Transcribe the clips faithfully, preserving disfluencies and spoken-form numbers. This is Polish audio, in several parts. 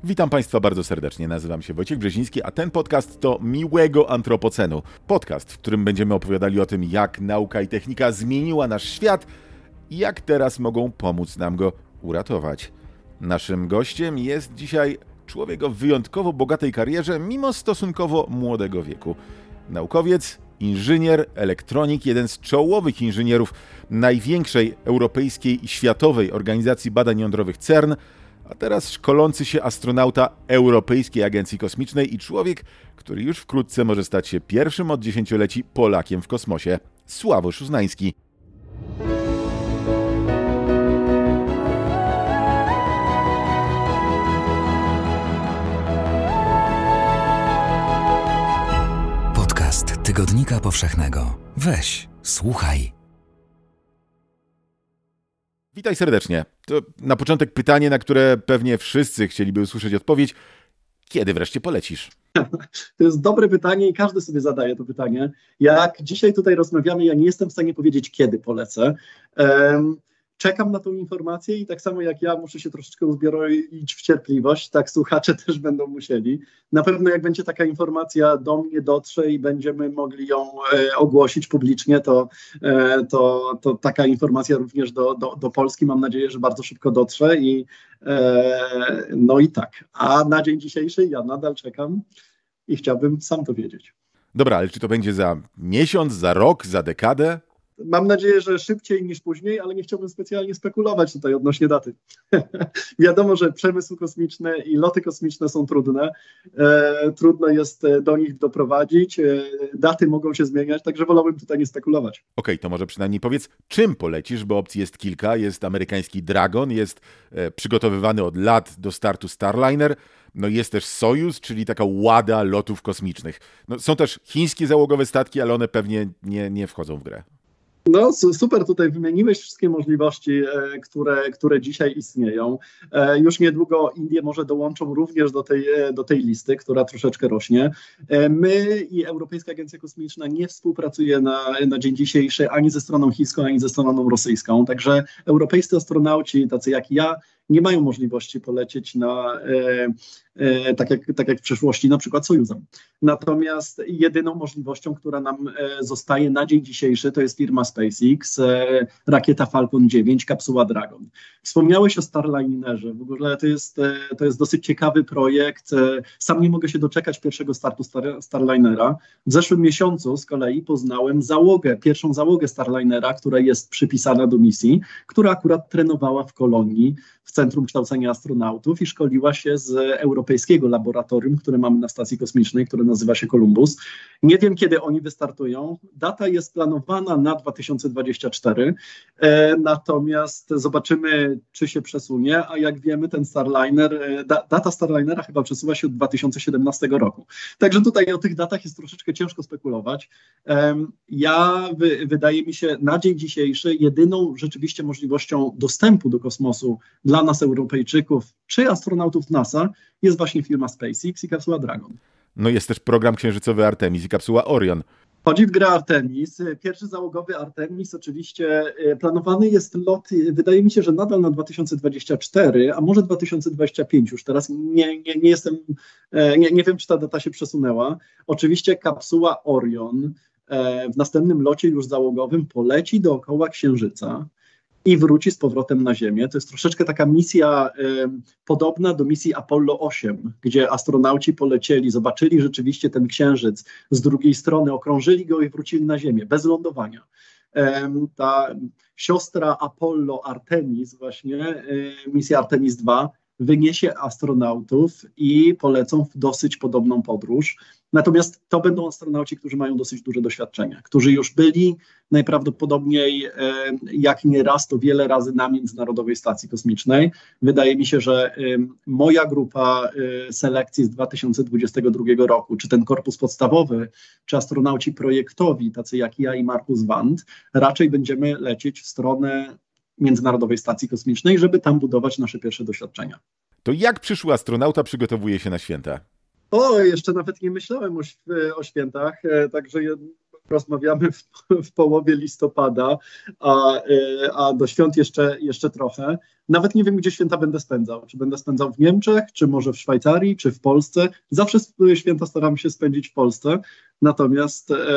Witam Państwa bardzo serdecznie, nazywam się Wojciech Brzeziński, a ten podcast to Miłego Antropocenu. Podcast, w którym będziemy opowiadali o tym, jak nauka i technika zmieniła nasz świat i jak teraz mogą pomóc nam go uratować. Naszym gościem jest dzisiaj człowiek o wyjątkowo bogatej karierze, mimo stosunkowo młodego wieku. Naukowiec, inżynier, elektronik, jeden z czołowych inżynierów największej europejskiej i światowej organizacji badań jądrowych CERN, a teraz szkolący się astronauta Europejskiej Agencji Kosmicznej i człowiek, który już wkrótce może stać się pierwszym od dziesięcioleci Polakiem w kosmosie. Sławosz Uznański. Podcast Tygodnika Powszechnego. Weź, słuchaj. Witaj serdecznie. To na początek pytanie, na które pewnie wszyscy chcieliby usłyszeć odpowiedź. Kiedy wreszcie polecisz? To jest dobre pytanie i każdy sobie zadaje to pytanie. Jak dzisiaj tutaj rozmawiamy, ja nie jestem w stanie powiedzieć, kiedy polecę. Um, Czekam na tą informację i tak samo jak ja muszę się troszeczkę uzbroić w cierpliwość, tak słuchacze też będą musieli. Na pewno jak będzie taka informacja do mnie dotrze i będziemy mogli ją e, ogłosić publicznie, to, e, to, to taka informacja również do, do, do Polski mam nadzieję, że bardzo szybko dotrze. I, e, no i tak, a na dzień dzisiejszy ja nadal czekam i chciałbym sam to wiedzieć. Dobra, ale czy to będzie za miesiąc, za rok, za dekadę? Mam nadzieję, że szybciej niż później, ale nie chciałbym specjalnie spekulować tutaj odnośnie daty. Wiadomo, że przemysł kosmiczny i loty kosmiczne są trudne. E, trudno jest do nich doprowadzić. E, daty mogą się zmieniać, także wolałbym tutaj nie spekulować. Okej, okay, to może przynajmniej powiedz, czym polecisz, bo opcji jest kilka. Jest amerykański Dragon, jest e, przygotowywany od lat do startu Starliner. No jest też Sojuz, czyli taka łada lotów kosmicznych. No, są też chińskie załogowe statki, ale one pewnie nie, nie wchodzą w grę. No super, tutaj wymieniłeś wszystkie możliwości, e, które, które dzisiaj istnieją. E, już niedługo Indie może dołączą również do tej, do tej listy, która troszeczkę rośnie. E, my i Europejska Agencja Kosmiczna nie współpracuje na, na dzień dzisiejszy ani ze stroną chińską, ani ze stroną rosyjską, także europejscy astronauci, tacy jak ja, nie mają możliwości polecieć na, e, e, tak, jak, tak jak w przeszłości, na przykład Sojuzem. Natomiast jedyną możliwością, która nam e, zostaje na dzień dzisiejszy, to jest firma SpaceX, e, rakieta Falcon dziewięć, kapsuła Dragon. Wspomniałeś o Starlinerze, w ogóle to jest, e, to jest dosyć ciekawy projekt. E, sam nie mogę się doczekać pierwszego startu Star, Starlinera. W zeszłym miesiącu z kolei poznałem załogę, pierwszą załogę Starlinera, która jest przypisana do misji, która akurat trenowała w Kolonii, w Centrum Kształcenia Astronautów i szkoliła się z europejskiego laboratorium, które mamy na stacji kosmicznej, które nazywa się Columbus. Nie wiem, kiedy oni wystartują. Data jest planowana na dwa tysiące dwudziesty czwarty, e, natomiast zobaczymy, czy się przesunie, a jak wiemy, ten Starliner, e, da, data Starlinera chyba przesuwa się od dwa tysiące siedemnastego roku. Także tutaj o tych datach jest troszeczkę ciężko spekulować. E, ja, wy, wydaje mi się, na dzień dzisiejszy jedyną rzeczywiście możliwością dostępu do kosmosu dla nas, Europejczyków, czy astronautów NASA, jest właśnie firma SpaceX i kapsuła Dragon. No jest też program księżycowy Artemis i kapsuła Orion. Chodzi w grę Artemis. Pierwszy załogowy Artemis oczywiście planowany jest lot, wydaje mi się, że nadal na dwa tysiące dwudziesty czwarty, a może dwa tysiące dwudziesty piąty już teraz. Nie, nie, nie jestem, nie, nie wiem, czy ta data się przesunęła. Oczywiście kapsuła Orion w następnym locie już załogowym poleci dookoła Księżyca i wróci z powrotem na Ziemię. To jest troszeczkę taka misja y, podobna do misji Apollo osiem, gdzie astronauci polecieli, zobaczyli rzeczywiście ten Księżyc z drugiej strony, okrążyli go i wrócili na Ziemię, bez lądowania. Y, ta siostra Apollo Artemis właśnie, y, misja Artemis dwa, wyniesie astronautów i polecą w dosyć podobną podróż. Natomiast to będą astronauci, którzy mają dosyć duże doświadczenie, którzy już byli najprawdopodobniej, jak nie raz, to wiele razy na Międzynarodowej Stacji Kosmicznej. Wydaje mi się, że moja grupa selekcji z dwa tysiące dwudziestego drugiego roku, czy ten korpus podstawowy, czy astronauci projektowi, tacy jak ja i Markus Wandt, raczej będziemy lecieć w stronę Międzynarodowej Stacji Kosmicznej, żeby tam budować nasze pierwsze doświadczenia. To jak przyszły astronauta przygotowuje się na święta? O, jeszcze nawet nie myślałem o, o świętach, także rozmawiamy w, w połowie listopada, a, a do świąt jeszcze, jeszcze trochę. Nawet nie wiem, gdzie święta będę spędzał. Czy będę spędzał w Niemczech, czy może w Szwajcarii, czy w Polsce. Zawsze święta staram się spędzić w Polsce, natomiast e,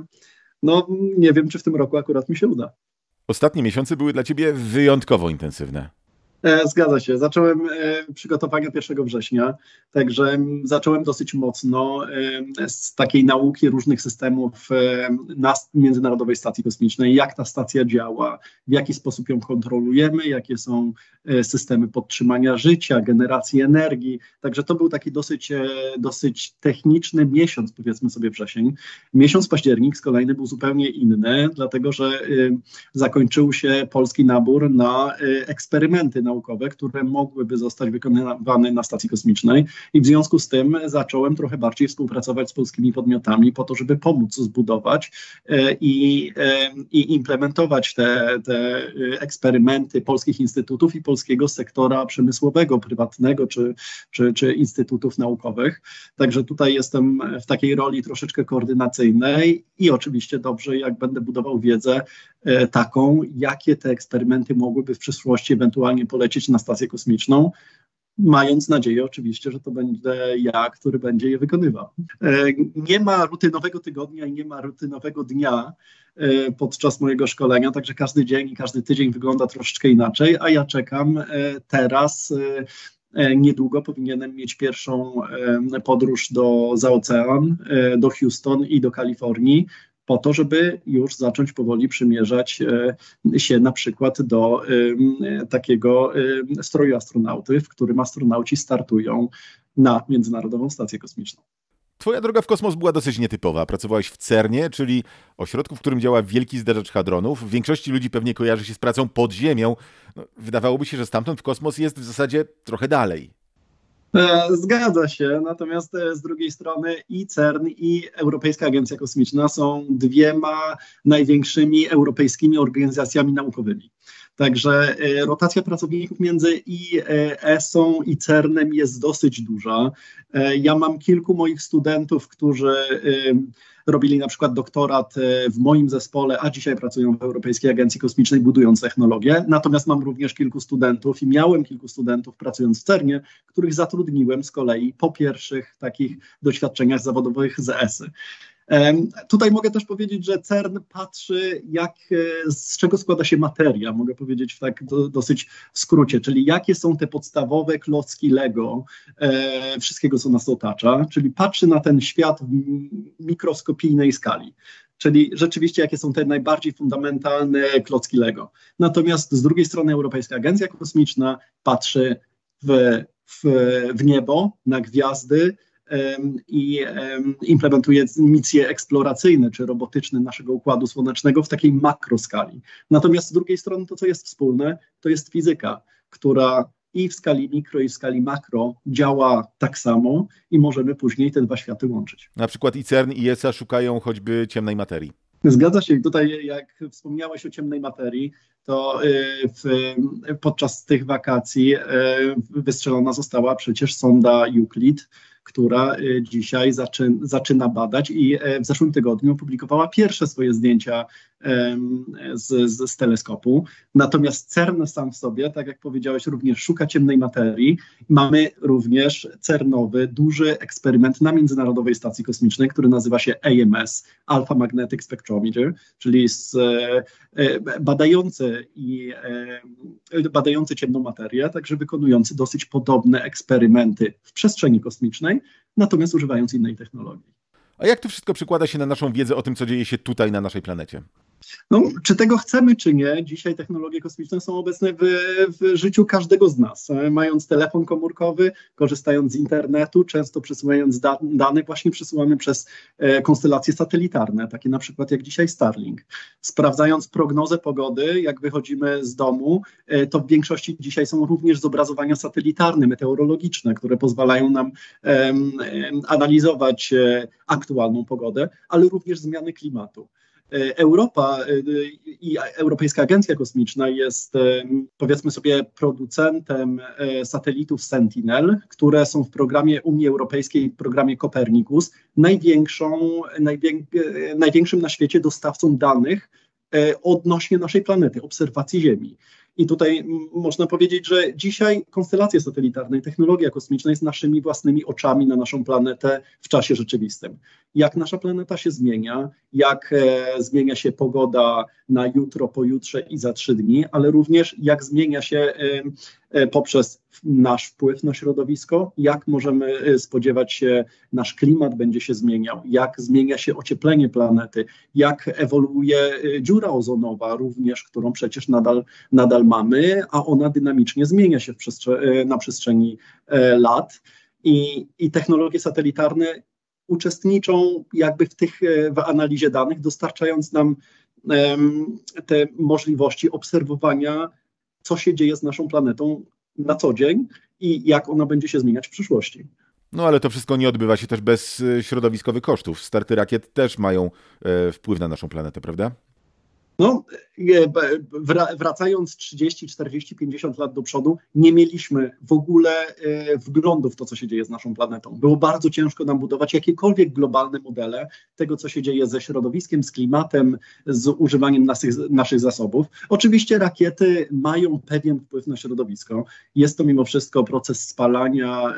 no, nie wiem, czy w tym roku akurat mi się uda. Ostatnie miesiące były dla ciebie wyjątkowo intensywne. Zgadza się. Zacząłem przygotowania pierwszego września, także zacząłem dosyć mocno z takiej nauki różnych systemów na Międzynarodowej Stacji Kosmicznej, jak ta stacja działa, w jaki sposób ją kontrolujemy, jakie są systemy podtrzymania życia, generacji energii. Także to był taki dosyć, dosyć techniczny miesiąc, powiedzmy sobie wrzesień. Miesiąc październik z kolei był zupełnie inny, dlatego że zakończył się polski nabór na eksperymenty naukowe, które mogłyby zostać wykonywane na stacji kosmicznej i w związku z tym zacząłem trochę bardziej współpracować z polskimi podmiotami po to, żeby pomóc zbudować i, i implementować te, te eksperymenty polskich instytutów i polskiego sektora przemysłowego, prywatnego czy, czy, czy instytutów naukowych. Także tutaj jestem w takiej roli troszeczkę koordynacyjnej i oczywiście dobrze, jak będę budował wiedzę taką, jakie te eksperymenty mogłyby w przyszłości ewentualnie polecieć na stację kosmiczną, mając nadzieję oczywiście, że to będę ja, który będzie je wykonywał. Nie ma rutynowego tygodnia i nie ma rutynowego dnia podczas mojego szkolenia, także każdy dzień i każdy tydzień wygląda troszeczkę inaczej, a ja czekam teraz. Niedługo powinienem mieć pierwszą podróż do, za ocean, do Houston i do Kalifornii, po to, żeby już zacząć powoli przymierzać się na przykład do takiego stroju astronauty, w którym astronauci startują na Międzynarodową Stację Kosmiczną. Twoja droga w kosmos była dosyć nietypowa. Pracowałeś w cernie, czyli ośrodku, w którym działa wielki zderzacz hadronów. Większości ludzi pewnie kojarzy się z pracą pod ziemią. No, wydawałoby się, że stamtąd w kosmos jest w zasadzie trochę dalej. Zgadza się, natomiast z drugiej strony i CERN, i Europejska Agencja Kosmiczna są dwiema największymi europejskimi organizacjami naukowymi. Także rotacja pracowników między i E Są i CERN-em jest dosyć duża. Ja mam kilku moich studentów, którzy robili na przykład doktorat w moim zespole, a dzisiaj pracują w Europejskiej Agencji Kosmicznej, budując technologię. Natomiast mam również kilku studentów i miałem kilku studentów pracując w CERN-ie, których zatrudniłem z kolei po pierwszych takich doświadczeniach zawodowych z E S y. Tutaj mogę też powiedzieć, że CERN patrzy, jak, z czego składa się materia, mogę powiedzieć w tak do, dosyć w skrócie, czyli jakie są te podstawowe klocki Lego e, wszystkiego, co nas otacza, czyli patrzy na ten świat w mikroskopijnej skali. Czyli rzeczywiście jakie są te najbardziej fundamentalne klocki Lego. Natomiast z drugiej strony Europejska Agencja Kosmiczna patrzy w, w, w niebo, na gwiazdy, i implementuje misje eksploracyjne czy robotyczne naszego Układu Słonecznego w takiej makroskali. Natomiast z drugiej strony to, co jest wspólne, to jest fizyka, która i w skali mikro, i w skali makro działa tak samo i możemy później te dwa światy łączyć. Na przykład i CERN, i E S A szukają choćby ciemnej materii. Zgadza się. Tutaj jak wspomniałeś o ciemnej materii, to w, podczas tych wakacji wystrzelona została przecież sonda Euclid, która dzisiaj zaczyn, zaczyna badać i w zeszłym tygodniu opublikowała pierwsze swoje zdjęcia z, z, z teleskopu. Natomiast CERN sam w sobie, tak jak powiedziałeś, również szuka ciemnej materii. Mamy również cernowy, duży eksperyment na Międzynarodowej Stacji Kosmicznej, który nazywa się A M S, Alpha Magnetic Spectrometer, czyli z, e, badający, i, e, badający ciemną materię, także wykonujący dosyć podobne eksperymenty w przestrzeni kosmicznej, natomiast używając innej technologii. A jak to wszystko przekłada się na naszą wiedzę o tym, co dzieje się tutaj na naszej planecie? No, czy tego chcemy, czy nie, dzisiaj technologie kosmiczne są obecne w, w życiu każdego z nas. Mając telefon komórkowy, korzystając z internetu, często przesyłając da, dane, właśnie przesyłamy przez e, konstelacje satelitarne, takie na przykład jak dzisiaj Starlink. Sprawdzając prognozę pogody, jak wychodzimy z domu, e, to w większości dzisiaj są również zobrazowania satelitarne, meteorologiczne, które pozwalają nam e, e, analizować e, aktualną pogodę, ale również zmiany klimatu. Europa i Europejska Agencja Kosmiczna jest, powiedzmy sobie, producentem satelitów Sentinel, które są w programie Unii Europejskiej, w programie Copernicus, największą, najwię, największym na świecie dostawcą danych odnośnie naszej planety, obserwacji Ziemi. I tutaj można powiedzieć, że dzisiaj konstelacja satelitarna i technologia kosmiczna jest naszymi własnymi oczami na naszą planetę w czasie rzeczywistym. Jak nasza planeta się zmienia, jak e, zmienia się pogoda na jutro, pojutrze i za trzy dni, ale również jak zmienia się e, e, poprzez nasz wpływ na środowisko, jak możemy spodziewać się, nasz klimat będzie się zmieniał, jak zmienia się ocieplenie planety, jak ewoluuje dziura ozonowa również, którą przecież nadal, nadal mamy, a ona dynamicznie zmienia się w przestrze- na przestrzeni e, lat. I, i technologie satelitarne uczestniczą jakby w tych, w analizie danych, dostarczając nam um, te możliwości obserwowania, co się dzieje z naszą planetą na co dzień i jak ona będzie się zmieniać w przyszłości. No ale to wszystko nie odbywa się też bez środowiskowych kosztów. Starty rakiet też mają e, wpływ na naszą planetę, prawda? No, wracając trzydzieści, czterdzieści, pięćdziesiąt lat do przodu, nie mieliśmy w ogóle wglądu w to, co się dzieje z naszą planetą. Było bardzo ciężko nam budować jakiekolwiek globalne modele tego, co się dzieje ze środowiskiem, z klimatem, z używaniem naszych, naszych zasobów. Oczywiście rakiety mają pewien wpływ na środowisko. Jest to mimo wszystko proces spalania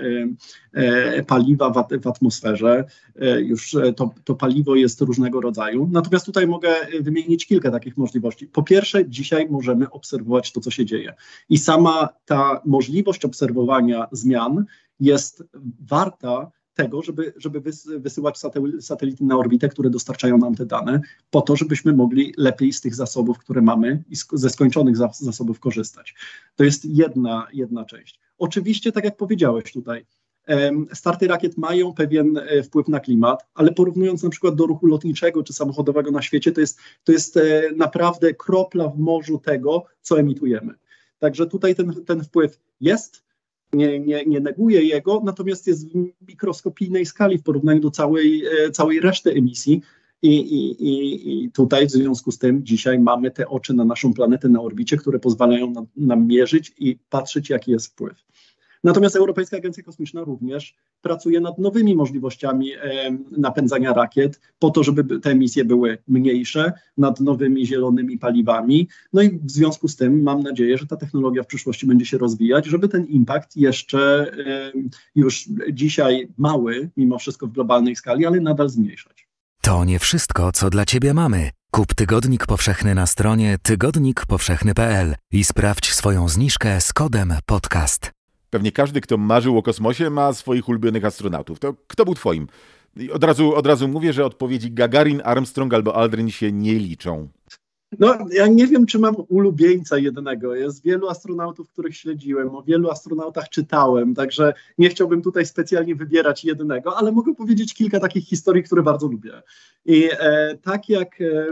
paliwa w, w atmosferze. Już to, to paliwo jest różnego rodzaju. Natomiast tutaj mogę wymienić kilka takich możliwości. Po pierwsze, dzisiaj możemy obserwować to, co się dzieje. I sama ta możliwość obserwowania zmian jest warta tego, żeby, żeby wysyłać satelity na orbitę, które dostarczają nam te dane, po to, żebyśmy mogli lepiej z tych zasobów, które mamy i ze skończonych zasobów korzystać. To jest jedna, jedna część. Oczywiście, tak jak powiedziałeś tutaj, starty rakiet mają pewien wpływ na klimat, ale porównując na przykład do ruchu lotniczego czy samochodowego na świecie, to jest, to jest naprawdę kropla w morzu tego, co emitujemy. Także tutaj ten, ten wpływ jest, nie, nie, nie neguję jego, natomiast jest w mikroskopijnej skali w porównaniu do całej, całej reszty emisji. I, i, i, I tutaj w związku z tym dzisiaj mamy te oczy na naszą planetę na orbicie, które pozwalają nam, nam mierzyć i patrzeć, jaki jest wpływ. Natomiast Europejska Agencja Kosmiczna również pracuje nad nowymi możliwościami e, napędzania rakiet po to, żeby te emisje były mniejsze, nad nowymi zielonymi paliwami. No i w związku z tym mam nadzieję, że ta technologia w przyszłości będzie się rozwijać, żeby ten impact jeszcze e, już dzisiaj mały, mimo wszystko w globalnej skali, ale nadal zmniejszać. To nie wszystko, co dla Ciebie mamy. Kup Tygodnik Powszechny na stronie tygodnik powszechny kropka p l i sprawdź swoją zniżkę z kodem podcast. Pewnie każdy, kto marzył o kosmosie, ma swoich ulubionych astronautów. To kto był twoim? I od razu, od razu mówię, że odpowiedzi Gagarin, Armstrong albo Aldrin się nie liczą. No, ja nie wiem, czy mam ulubieńca jednego. Jest wielu astronautów, których śledziłem, o wielu astronautach czytałem, także nie chciałbym tutaj specjalnie wybierać jednego, ale mogę powiedzieć kilka takich historii, które bardzo lubię. I e, tak jak... E,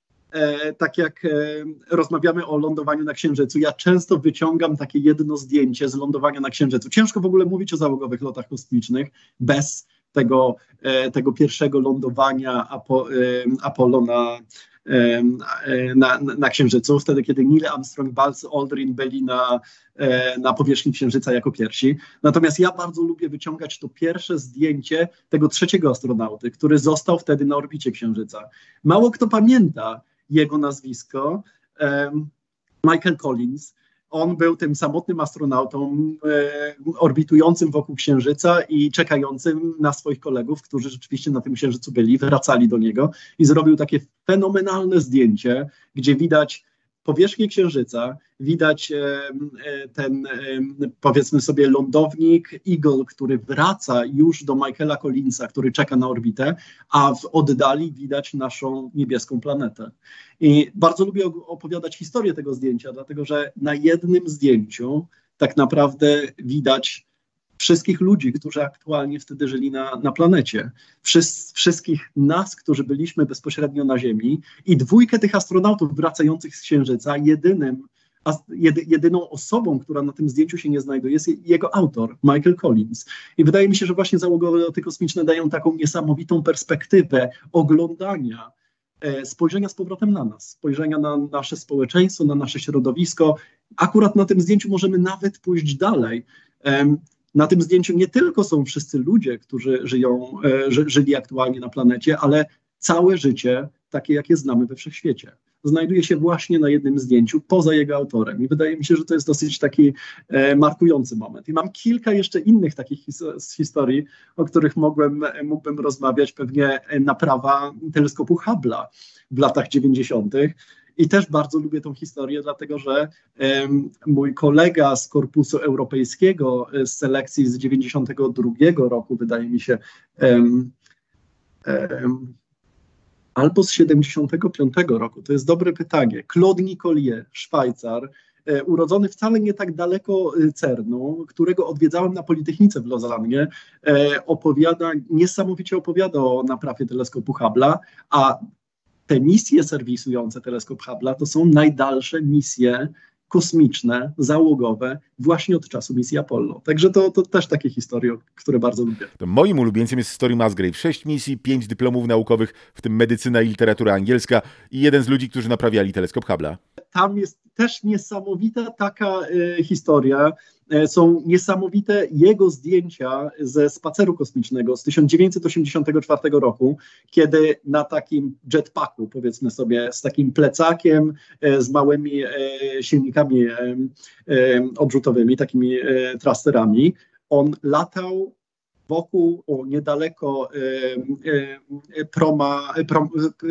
E, tak jak e, rozmawiamy o lądowaniu na Księżycu, ja często wyciągam takie jedno zdjęcie z lądowania na Księżycu. Ciężko w ogóle mówić o załogowych lotach kosmicznych bez tego, e, tego pierwszego lądowania Apo, e, Apollo na, e, na, na Księżycu, wtedy kiedy Neil Armstrong, Buzz Aldrin byli na, e, na powierzchni Księżyca jako pierwsi. Natomiast ja bardzo lubię wyciągać to pierwsze zdjęcie tego trzeciego astronauty, który został wtedy na orbicie Księżyca. Mało kto pamięta jego nazwisko, um, Michael Collins. On był tym samotnym astronautą e, orbitującym wokół Księżyca i czekającym na swoich kolegów, którzy rzeczywiście na tym Księżycu byli, wracali do niego i zrobił takie fenomenalne zdjęcie, gdzie widać powierzchnię Księżyca, widać e, ten, e, powiedzmy sobie, lądownik Eagle, który wraca już do Michaela Collinsa, który czeka na orbitę, a w oddali widać naszą niebieską planetę. I bardzo lubię opowiadać historię tego zdjęcia, dlatego że na jednym zdjęciu tak naprawdę widać wszystkich ludzi, którzy aktualnie wtedy żyli na, na planecie. Wszys, wszystkich nas, którzy byliśmy bezpośrednio na Ziemi i dwójkę tych astronautów wracających z Księżyca, jedynym, a, jedy, jedyną osobą, która na tym zdjęciu się nie znajduje, jest jego autor, Michael Collins. I wydaje mi się, że właśnie załogowe loty kosmiczne dają taką niesamowitą perspektywę oglądania spojrzenia z powrotem na nas, spojrzenia na nasze społeczeństwo, na nasze środowisko. Akurat na tym zdjęciu możemy nawet pójść dalej. Na tym zdjęciu nie tylko są wszyscy ludzie, którzy żyją, ży, żyli aktualnie na planecie, ale całe życie, takie jakie znamy we wszechświecie, znajduje się właśnie na jednym zdjęciu, poza jego autorem. I wydaje mi się, że to jest dosyć taki e, markujący moment. I mam kilka jeszcze innych takich his- historii, o których mogłem, mógłbym rozmawiać, pewnie naprawa teleskopu Hubble'a w latach dziewięćdziesiątych. I też bardzo lubię tą historię, dlatego że um, mój kolega z Korpusu Europejskiego z selekcji z dziewięćdziesiątego drugiego roku, wydaje mi się, um, um, albo z siedemdziesiątego piątego roku, to jest dobre pytanie, Claude Nicollier, Szwajcar, e, urodzony wcale nie tak daleko Cernu, którego odwiedzałem na Politechnice w Lozannie, e, opowiada, niesamowicie opowiada o naprawie teleskopu Hubble'a, a te misje serwisujące teleskop Hubble'a to są najdalsze misje kosmiczne, załogowe, właśnie od czasu misji Apollo. Także to, to też takie historie, które bardzo lubię. To moim ulubieńcem jest Story Musgrave. Sześć misji, pięć dyplomów naukowych, w tym medycyna i literatura angielska i jeden z ludzi, którzy naprawiali teleskop Hubble'a. Tam jest też niesamowita taka e, historia. E, są niesamowite jego zdjęcia ze spaceru kosmicznego z tysiąc dziewięćset osiemdziesiątego czwartego roku, kiedy na takim jetpacku, powiedzmy sobie, z takim plecakiem, e, z małymi e, silnikami e, e, odrzutowymi, takimi e, thrusterami, on latał wokół, o, niedaleko e, e, proma, prom,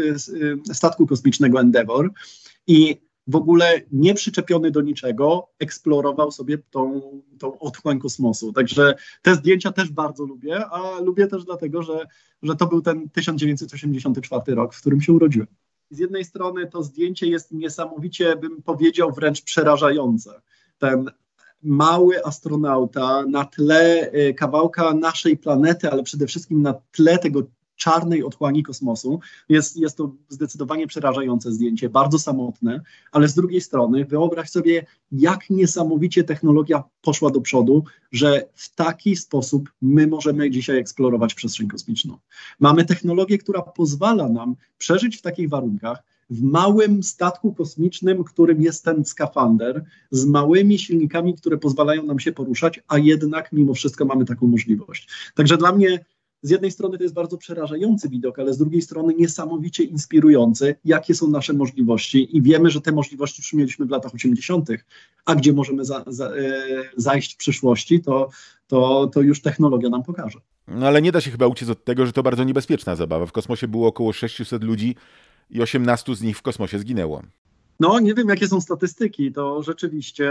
e, statku kosmicznego Endeavour i w ogóle nie przyczepiony do niczego, eksplorował sobie tą, tą otchłań kosmosu. Także te zdjęcia też bardzo lubię, a lubię też dlatego, że, że to był ten tysiąc dziewięćset osiemdziesiąty czwarty rok, w którym się urodziłem. Z jednej strony to zdjęcie jest niesamowicie, bym powiedział, wręcz przerażające. Ten mały astronauta na tle kawałka naszej planety, ale przede wszystkim na tle tego czarnej otchłani kosmosu. Jest, jest to zdecydowanie przerażające zdjęcie, bardzo samotne, ale z drugiej strony wyobraź sobie, jak niesamowicie technologia poszła do przodu, że w taki sposób my możemy dzisiaj eksplorować przestrzeń kosmiczną. Mamy technologię, która pozwala nam przeżyć w takich warunkach, w małym statku kosmicznym, którym jest ten skafander, z małymi silnikami, które pozwalają nam się poruszać, a jednak mimo wszystko mamy taką możliwość. Także dla mnie z jednej strony to jest bardzo przerażający widok, ale z drugiej strony niesamowicie inspirujący, jakie są nasze możliwości i wiemy, że te możliwości już mieliśmy w latach osiemdziesiątych, a gdzie możemy za, za, e, zajść w przyszłości, to, to, to już technologia nam pokaże. No ale nie da się chyba uciec od tego, że to bardzo niebezpieczna zabawa. W kosmosie było około sześciuset ludzi i osiemnastu z nich w kosmosie zginęło. No, nie wiem, jakie są statystyki, to rzeczywiście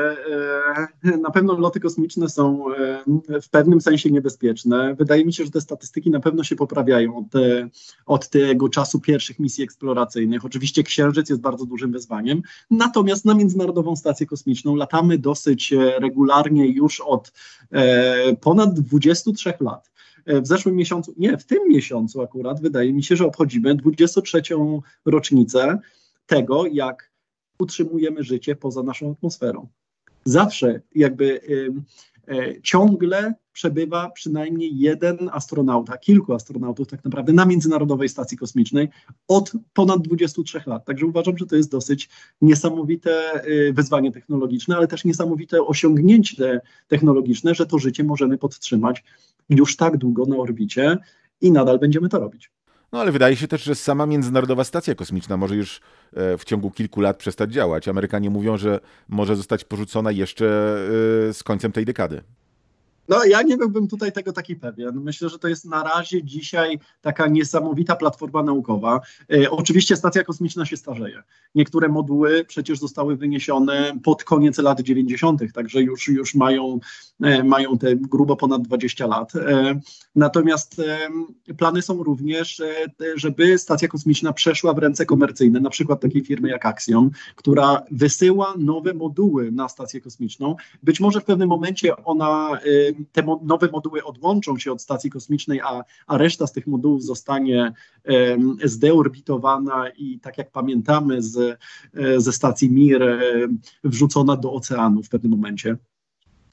e, na pewno loty kosmiczne są e, w pewnym sensie niebezpieczne. Wydaje mi się, że te statystyki na pewno się poprawiają od, te, od tego czasu pierwszych misji eksploracyjnych. Oczywiście Księżyc jest bardzo dużym wyzwaniem, natomiast na Międzynarodową Stację Kosmiczną latamy dosyć regularnie już od e, ponad dwudziestu trzech lat. W zeszłym miesiącu, nie, w tym miesiącu akurat, wydaje mi się, że obchodzimy dwudziestą trzecią rocznicę tego, jak utrzymujemy życie poza naszą atmosferą. Zawsze jakby y, y, ciągle przebywa przynajmniej jeden astronauta, kilku astronautów tak naprawdę na Międzynarodowej Stacji Kosmicznej od ponad dwudziestu trzech lat. Także uważam, że to jest dosyć niesamowite y, wyzwanie technologiczne, ale też niesamowite osiągnięcie technologiczne, że to życie możemy podtrzymać już tak długo na orbicie i nadal będziemy to robić. No ale wydaje się też, że sama Międzynarodowa Stacja Kosmiczna może już w ciągu kilku lat przestać działać. Amerykanie mówią, że może zostać porzucona jeszcze z końcem tej dekady. No ja nie byłbym tutaj tego taki pewien. Myślę, że to jest na razie dzisiaj taka niesamowita platforma naukowa. E, oczywiście stacja kosmiczna się starzeje. Niektóre moduły przecież zostały wyniesione pod koniec lat dziewięćdziesiątych, także już, już mają, e, mają te grubo ponad dwadzieścia lat. E, natomiast e, plany są również, e, żeby stacja kosmiczna przeszła w ręce komercyjne, na przykład takiej firmy jak Axiom, która wysyła nowe moduły na stację kosmiczną. Być może w pewnym momencie ona e, te mo- nowe moduły odłączą się od stacji kosmicznej, a, a reszta z tych modułów zostanie e, zdeorbitowana i tak jak pamiętamy z, e, ze stacji Mir e, wrzucona do oceanu w pewnym momencie.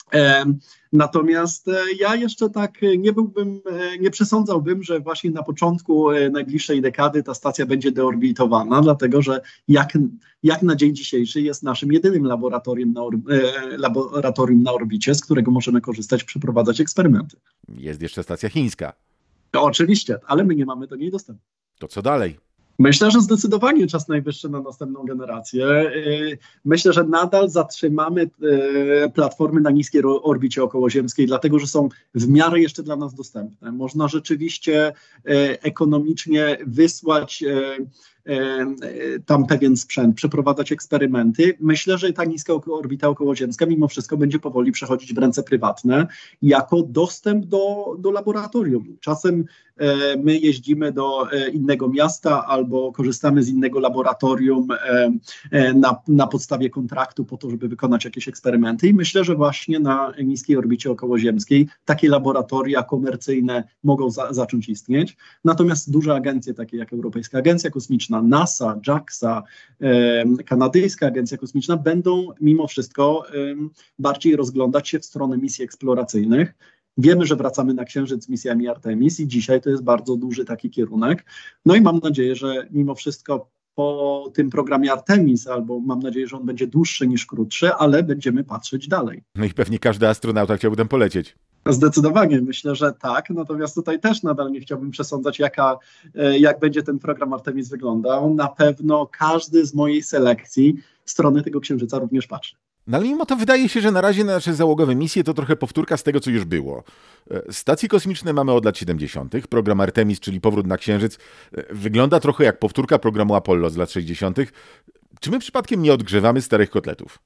Natomiast ja jeszcze tak nie byłbym, nie przesądzałbym, że właśnie na początku najbliższej dekady ta stacja będzie deorbitowana, dlatego że jak, jak na dzień dzisiejszy jest naszym jedynym laboratorium na, laboratorium na orbicie, z którego możemy korzystać, przeprowadzać eksperymenty. Jest jeszcze stacja chińska. No, oczywiście, ale my nie mamy do niej dostępu. To co dalej? Myślę, że zdecydowanie czas najwyższy na następną generację. Myślę, że nadal zatrzymamy platformy na niskiej orbicie okołoziemskiej, dlatego że są w miarę jeszcze dla nas dostępne. Można rzeczywiście ekonomicznie wysłać tam pewien sprzęt, przeprowadzać eksperymenty. Myślę, że ta niska orbita okołoziemska mimo wszystko będzie powoli przechodzić w ręce prywatne jako dostęp do, do laboratorium. Czasem e, my jeździmy do e, innego miasta albo korzystamy z innego laboratorium e, e, na, na podstawie kontraktu po to, żeby wykonać jakieś eksperymenty i myślę, że właśnie na niskiej orbicie okołoziemskiej takie laboratoria komercyjne mogą za, zacząć istnieć. Natomiast duże agencje takie jak Europejska Agencja Kosmiczna, NASA, JAXA, e, Kanadyjska Agencja Kosmiczna będą mimo wszystko e, bardziej rozglądać się w stronę misji eksploracyjnych. Wiemy, że wracamy na Księżyc z misjami Artemis i dzisiaj to jest bardzo duży taki kierunek. No i mam nadzieję, że mimo wszystko po tym programie Artemis, albo mam nadzieję, że on będzie dłuższy niż krótszy, ale będziemy patrzeć dalej. No i pewnie każdy astronauta chciałby tam polecieć. Zdecydowanie, myślę, że tak, natomiast tutaj też nadal nie chciałbym przesądzać, jaka, jak będzie ten program Artemis wyglądał. Na pewno każdy z mojej selekcji w stronę tego Księżyca również patrzy. No ale mimo to wydaje się, że na razie nasze załogowe misje to trochę powtórka z tego, co już było. Stacje kosmiczne mamy od lat siedemdziesiątych. Program Artemis, czyli powrót na Księżyc, wygląda trochę jak powtórka programu Apollo z lat sześćdziesiątych. Czy my przypadkiem nie odgrzewamy starych kotletów?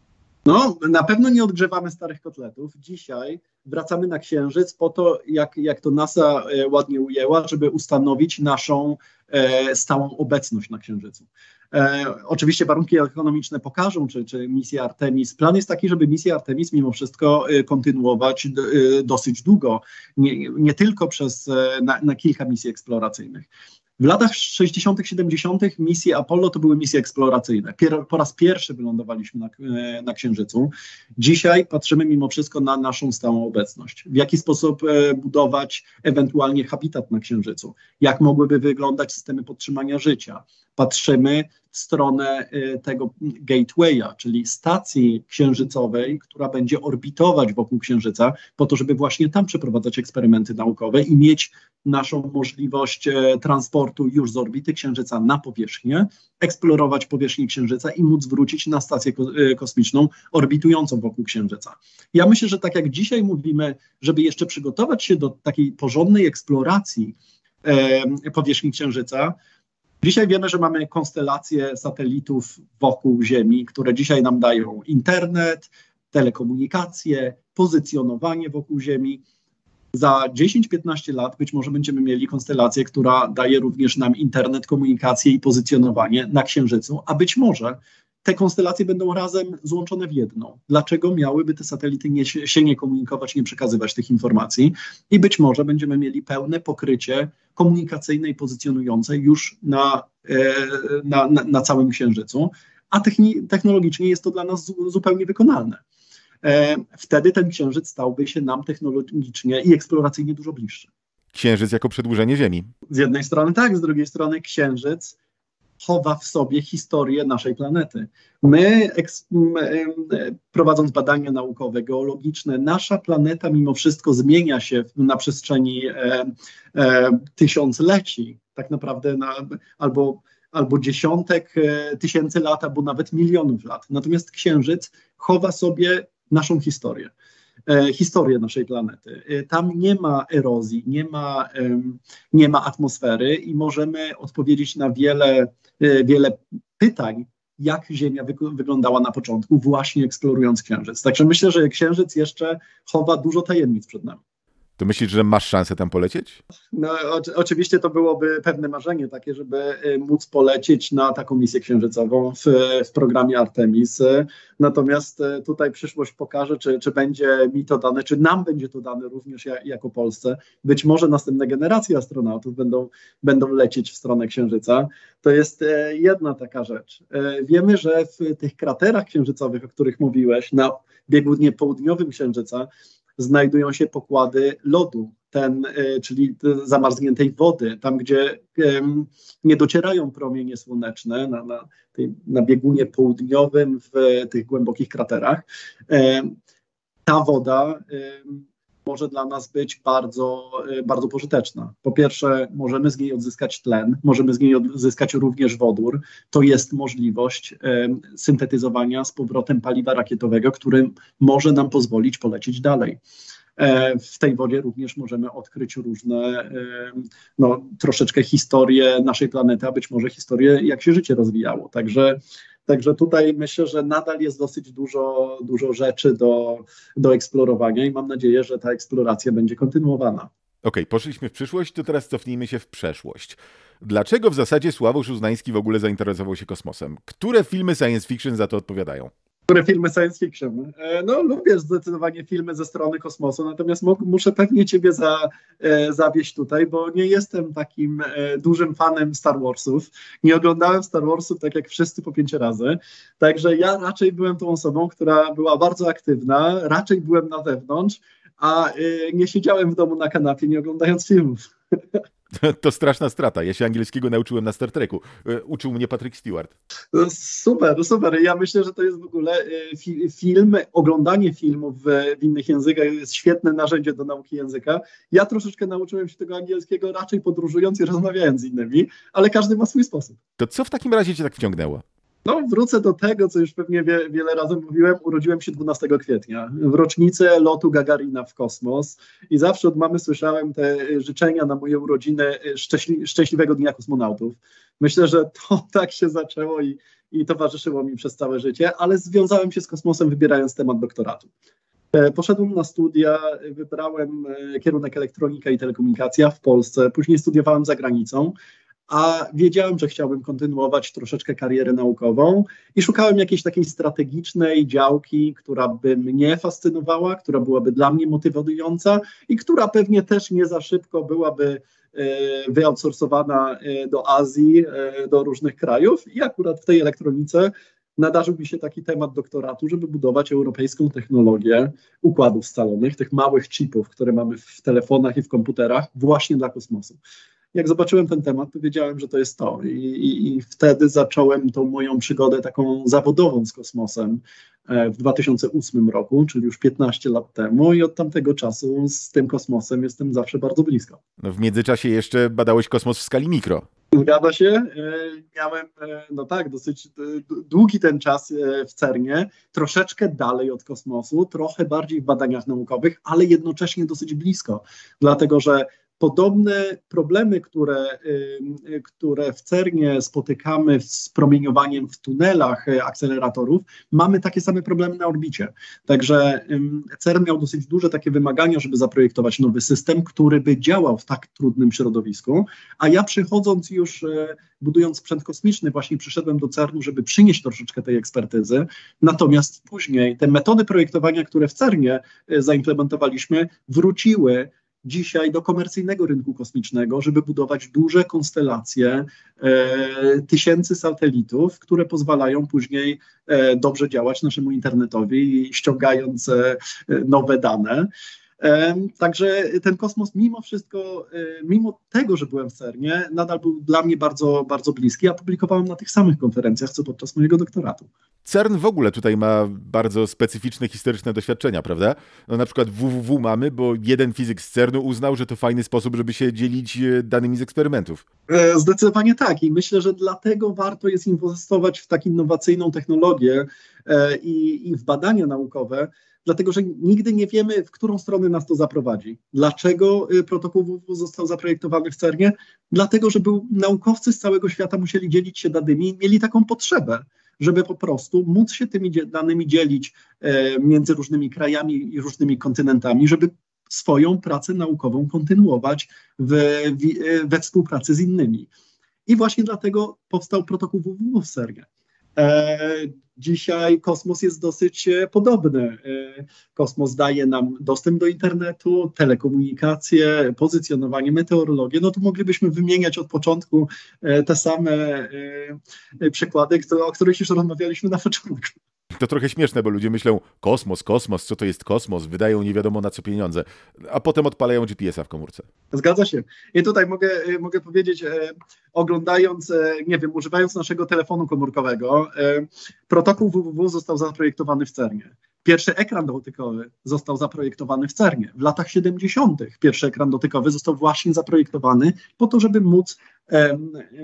No, na pewno nie odgrzewamy starych kotletów. Dzisiaj wracamy na Księżyc po to, jak, jak to NASA e, ładnie ujęła, żeby ustanowić naszą e, stałą obecność na Księżycu. E, oczywiście warunki ekonomiczne pokażą, czy, czy misja Artemis. Plan jest taki, żeby misję Artemis mimo wszystko e, kontynuować d, e, dosyć długo, nie, nie tylko przez e, na, na kilka misji eksploracyjnych. W latach sześćdziesiątych, siedemdziesiątych misje Apollo to były misje eksploracyjne. Pier, po raz pierwszy wylądowaliśmy na, na Księżycu. Dzisiaj patrzymy mimo wszystko na naszą stałą obecność. W jaki sposób e, budować ewentualnie habitat na Księżycu? Jak mogłyby wyglądać systemy podtrzymania życia? Patrzymy w stronę e, tego gatewaya, czyli stacji księżycowej, która będzie orbitować wokół Księżyca po to, żeby właśnie tam przeprowadzać eksperymenty naukowe i mieć naszą możliwość e, transportu już z orbity Księżyca na powierzchnię, eksplorować powierzchnię Księżyca i móc wrócić na stację ko- e, kosmiczną orbitującą wokół Księżyca. Ja myślę, że tak jak dzisiaj mówimy, żeby jeszcze przygotować się do takiej porządnej eksploracji e, powierzchni Księżyca, dzisiaj wiemy, że mamy konstelacje satelitów wokół Ziemi, które dzisiaj nam dają internet, telekomunikacje, pozycjonowanie wokół Ziemi. Za dziesięć piętnaście lat być może będziemy mieli konstelację, która daje również nam internet, komunikację i pozycjonowanie na Księżycu, a być może te konstelacje będą razem złączone w jedną. Dlaczego miałyby te satelity nie, się nie komunikować, nie przekazywać tych informacji? I być może będziemy mieli pełne pokrycie komunikacyjne i pozycjonujące już na, na, na, na całym Księżycu, a techni- technologicznie jest to dla nas zu- zupełnie wykonalne. Wtedy ten Księżyc stałby się nam technologicznie i eksploracyjnie dużo bliższy. Księżyc jako przedłużenie Ziemi. Z jednej strony tak, z drugiej strony Księżyc chowa w sobie historię naszej planety. My, eks, m, prowadząc badania naukowe, geologiczne, nasza planeta mimo wszystko zmienia się na przestrzeni e, e, tysiącleci, tak naprawdę na, albo, albo dziesiątek e, tysięcy lat, albo nawet milionów lat. Natomiast Księżyc chowa sobie naszą historię. E, historię naszej planety. E, tam nie ma erozji, nie ma, e, nie ma atmosfery i możemy odpowiedzieć na wiele, e, wiele pytań, jak Ziemia wy, wyglądała na początku, właśnie eksplorując Księżyc. Także myślę, że Księżyc jeszcze chowa dużo tajemnic przed nami. To myślisz, że masz szansę tam polecieć? No, o, oczywiście to byłoby pewne marzenie takie, żeby móc polecieć na taką misję księżycową w, w programie Artemis. Natomiast tutaj przyszłość pokaże, czy, czy będzie mi to dane, czy nam będzie to dane również ja, jako Polsce. Być może następne generacje astronautów będą, będą lecieć w stronę Księżyca. To jest jedna taka rzecz. Wiemy, że w tych kraterach księżycowych, o których mówiłeś, na biegunie południowym Księżyca, znajdują się pokłady lodu, ten, czyli zamarzniętej wody, tam gdzie um, nie docierają promienie słoneczne na, na, tej, na biegunie południowym w tych głębokich kraterach. Um, ta woda um, może dla nas być bardzo, bardzo pożyteczna. Po pierwsze, możemy z niej odzyskać tlen, możemy z niej odzyskać również wodór. To jest możliwość um, syntetyzowania z powrotem paliwa rakietowego, który może nam pozwolić polecieć dalej. W tej wodzie również możemy odkryć różne, no, troszeczkę historię naszej planety, a być może historię, jak się życie rozwijało. Także, także tutaj myślę, że nadal jest dosyć dużo, dużo rzeczy do, do eksplorowania i mam nadzieję, że ta eksploracja będzie kontynuowana. Okej, okay, poszliśmy w przyszłość, to teraz cofnijmy się w przeszłość. Dlaczego w zasadzie Sławomir Uznański w ogóle zainteresował się kosmosem? Które filmy science fiction za to odpowiadają? Które filmy science fiction? No lubię zdecydowanie filmy ze strony kosmosu, natomiast muszę pewnie ciebie za, zawieść tutaj, bo nie jestem takim dużym fanem Star Warsów. Nie oglądałem Star Warsów tak jak wszyscy po pięć razy, także ja raczej byłem tą osobą, która była bardzo aktywna, raczej byłem na zewnątrz, a nie siedziałem w domu na kanapie, nie oglądając filmów. To straszna strata. Ja się angielskiego nauczyłem na Star Treku. Uczył mnie Patrick Stewart. Super, super. Ja myślę, że to jest w ogóle fi- film, oglądanie filmów w, w innych językach jest świetne narzędzie do nauki języka. Ja troszeczkę nauczyłem się tego angielskiego raczej podróżując i rozmawiając z innymi, ale każdy ma swój sposób. To co w takim razie cię tak wciągnęło? No, wrócę do tego, co już pewnie wie, wiele razy mówiłem. Urodziłem się dwunastego kwietnia, w rocznicę lotu Gagarina w kosmos i zawsze od mamy słyszałem te życzenia na moje urodziny szczęśli- szczęśliwego dnia kosmonautów. Myślę, że to tak się zaczęło i, i towarzyszyło mi przez całe życie, ale związałem się z kosmosem, wybierając temat doktoratu. Poszedłem na studia, wybrałem kierunek elektronika i telekomunikacja w Polsce, później studiowałem za granicą, a wiedziałem, że chciałbym kontynuować troszeczkę karierę naukową i szukałem jakiejś takiej strategicznej działki, która by mnie fascynowała, która byłaby dla mnie motywująca i która pewnie też nie za szybko byłaby wyoutsourcowana do Azji, do różnych krajów i akurat w tej elektronice nadarzył mi się taki temat doktoratu, żeby budować europejską technologię układów scalonych, tych małych chipów, które mamy w telefonach i w komputerach właśnie dla kosmosu. Jak zobaczyłem ten temat, to wiedziałem, że to jest to i, i, i wtedy zacząłem tą moją przygodę taką zawodową z kosmosem w dwa tysiące ósmym roku, czyli już piętnaście lat temu i od tamtego czasu z tym kosmosem jestem zawsze bardzo blisko. No w międzyczasie jeszcze badałeś kosmos w skali mikro. Zgadza się. Miałem, no tak, dosyć długi ten czas w CERNie, troszeczkę dalej od kosmosu, trochę bardziej w badaniach naukowych, ale jednocześnie dosyć blisko, dlatego że podobne problemy, które, które w CERNie spotykamy z promieniowaniem w tunelach akceleratorów, mamy takie same problemy na orbicie. Także CERN miał dosyć duże takie wymagania, żeby zaprojektować nowy system, który by działał w tak trudnym środowisku, a ja przychodząc już, budując sprzęt kosmiczny, właśnie przyszedłem do CERNu, żeby przynieść troszeczkę tej ekspertyzy, natomiast później te metody projektowania, które w CERNie zaimplementowaliśmy, wróciły dzisiaj do komercyjnego rynku kosmicznego, żeby budować duże konstelacje e, tysięcy satelitów, które pozwalają później e, dobrze działać naszemu internetowi, ściągając e, nowe dane. E, także ten kosmos mimo wszystko, e, mimo tego, że byłem w CERNie, nadal był dla mnie bardzo, bardzo bliski, a publikowałem na tych samych konferencjach, co podczas mojego doktoratu. CERN w ogóle tutaj ma bardzo specyficzne historyczne doświadczenia, prawda? No na przykład W W W mamy, bo jeden fizyk z CERNu uznał, że to fajny sposób, żeby się dzielić danymi z eksperymentów. Zdecydowanie tak i myślę, że dlatego warto jest inwestować w tak innowacyjną technologię i, i w badania naukowe, dlatego że nigdy nie wiemy, w którą stronę nas to zaprowadzi. Dlaczego protokół W W W został zaprojektowany w CERNie? Dlatego, że był, naukowcy z całego świata musieli dzielić się danymi i mieli taką potrzebę, żeby po prostu móc się tymi danymi dzielić e, między różnymi krajami i różnymi kontynentami, żeby swoją pracę naukową kontynuować w, we współpracy z innymi. I właśnie dlatego powstał protokół W W W w CERNie. E, dzisiaj kosmos jest dosyć podobny. E, kosmos daje nam dostęp do internetu, telekomunikacje, pozycjonowanie, meteorologię. No tu moglibyśmy wymieniać od początku e, te same e, przykłady, które, o których już rozmawialiśmy na początku. To trochę śmieszne, bo ludzie myślą, kosmos, kosmos, co to jest kosmos, wydają nie wiadomo na co pieniądze, a potem odpalają G P S a w komórce. Zgadza się. I tutaj mogę, mogę powiedzieć, e, oglądając, e, nie wiem, używając naszego telefonu komórkowego, e, protokół W W W został zaprojektowany w CERNie. Pierwszy ekran dotykowy został zaprojektowany w CERNie. W latach siedemdziesiątych pierwszy ekran dotykowy został właśnie zaprojektowany po to, żeby móc e, e,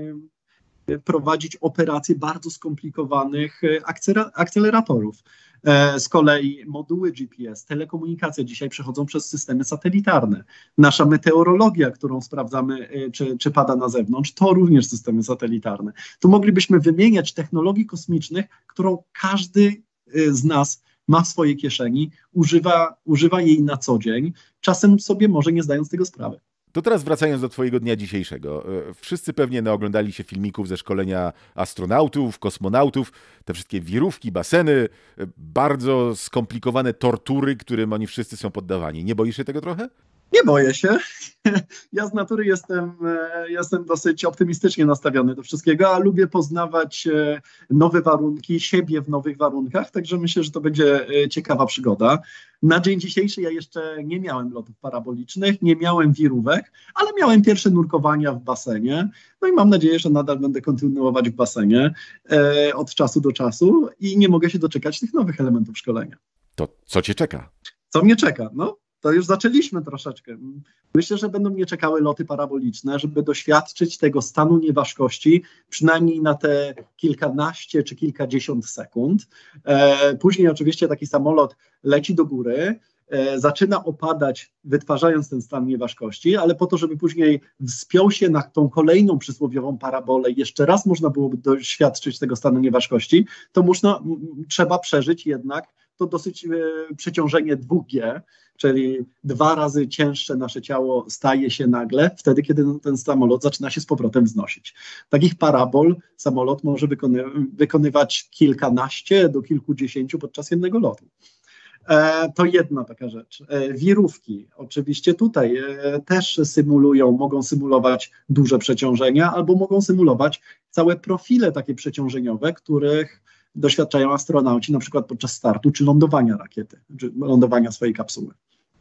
prowadzić operacje bardzo skomplikowanych akceleratorów. Z kolei moduły G P S, telekomunikacja dzisiaj przechodzą przez systemy satelitarne. Nasza meteorologia, którą sprawdzamy, czy, czy pada na zewnątrz, to również systemy satelitarne. Tu moglibyśmy wymieniać technologii kosmicznych, którą każdy z nas ma w swojej kieszeni, używa, używa jej na co dzień, czasem sobie może nie zdając tego sprawy. To teraz wracając do twojego dnia dzisiejszego. Wszyscy pewnie naoglądali się filmików ze szkolenia astronautów, kosmonautów, te wszystkie wirówki, baseny, bardzo skomplikowane tortury, którym oni wszyscy są poddawani. Nie boisz się tego trochę? Nie boję się. Ja z natury jestem, jestem dosyć optymistycznie nastawiony do wszystkiego, a lubię poznawać nowe warunki, siebie w nowych warunkach, także myślę, że to będzie ciekawa przygoda. Na dzień dzisiejszy ja jeszcze nie miałem lotów parabolicznych, nie miałem wirówek, ale miałem pierwsze nurkowania w basenie. No i mam nadzieję, że nadal będę kontynuować w basenie e, od czasu do czasu i nie mogę się doczekać tych nowych elementów szkolenia. To co cię czeka? Co mnie czeka? No, to już zaczęliśmy troszeczkę. Myślę, że będą mnie czekały loty paraboliczne, żeby doświadczyć tego stanu nieważkości przynajmniej na te kilkanaście czy kilkadziesiąt sekund. E, później oczywiście taki samolot leci do góry, e, zaczyna opadać, wytwarzając ten stan nieważkości, ale po to, żeby później wspiął się na tą kolejną przysłowiową parabolę, jeszcze raz można byłoby doświadczyć tego stanu nieważkości, to można, m, trzeba przeżyć jednak to dosyć e, przeciążenie dwa G, czyli dwa razy cięższe nasze ciało staje się nagle wtedy, kiedy ten samolot zaczyna się z powrotem wznosić. Takich parabol samolot może wykony- wykonywać kilkanaście do kilkudziesięciu podczas jednego lotu. E, to jedna taka rzecz. E, wirówki oczywiście tutaj e, też symulują, mogą symulować duże przeciążenia albo mogą symulować całe profile takie przeciążeniowe, których doświadczają astronauci na przykład podczas startu czy lądowania rakiety, czy lądowania swojej kapsuły.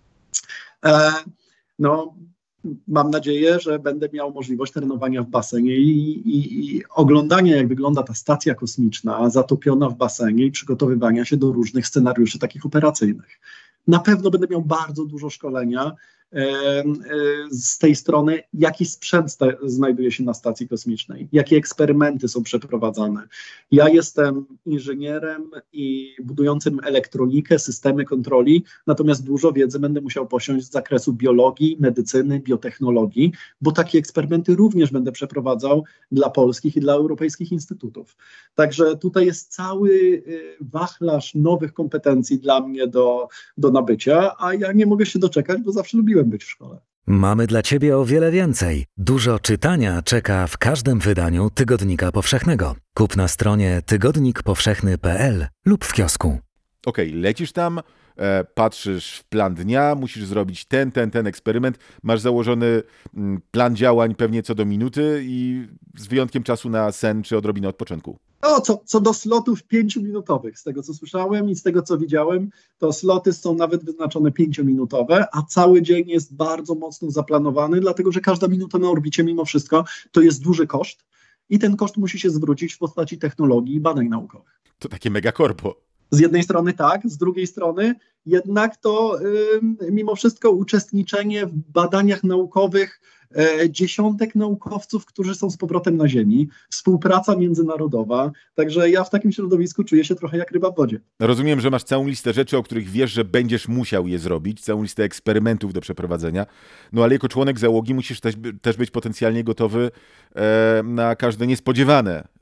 E, no, mam nadzieję, że będę miał możliwość trenowania w basenie i, i, i oglądania, jak wygląda ta stacja kosmiczna zatopiona w basenie i przygotowywania się do różnych scenariuszy takich operacyjnych. Na pewno będę miał bardzo dużo szkolenia e, e, z tej strony, jaki sprzęt sta- znajduje się na stacji kosmicznej, jakie eksperymenty są przeprowadzane. Ja jestem inżynierem i budującym elektronikę, systemy kontroli, natomiast dużo wiedzy będę musiał posiąść z zakresu biologii, medycyny, biotechnologii, bo takie eksperymenty również będę przeprowadzał dla polskich i dla europejskich instytutów. Także tutaj jest cały y, wachlarz nowych kompetencji dla mnie do, do nabycia, a ja nie mogę się doczekać, bo zawsze lubiłem być w szkole. Mamy dla Ciebie o wiele więcej. Dużo czytania czeka w każdym wydaniu Tygodnika Powszechnego. Kup na stronie tygodnik powszechny kropka p l lub w kiosku. Okej, okay, lecisz tam, e, patrzysz w plan dnia, musisz zrobić ten, ten, ten eksperyment, masz założony m, plan działań pewnie co do minuty i z wyjątkiem czasu na sen czy odrobinę odpoczynku. No, co, co do slotów pięciominutowych, z tego co słyszałem i z tego co widziałem, to sloty są nawet wyznaczone pięciominutowe, a cały dzień jest bardzo mocno zaplanowany, dlatego że każda minuta na orbicie mimo wszystko to jest duży koszt i ten koszt musi się zwrócić w postaci technologii i badań naukowych. To takie megakorpo. Z jednej strony tak, z drugiej strony jednak to y, mimo wszystko uczestniczenie w badaniach naukowych y, dziesiątek naukowców, którzy są z powrotem na Ziemi, współpraca międzynarodowa, także ja w takim środowisku czuję się trochę jak ryba w wodzie. Rozumiem, że masz całą listę rzeczy, o których wiesz, że będziesz musiał je zrobić, całą listę eksperymentów do przeprowadzenia, no ale jako członek załogi musisz też, też być potencjalnie gotowy e, na każde niespodziewane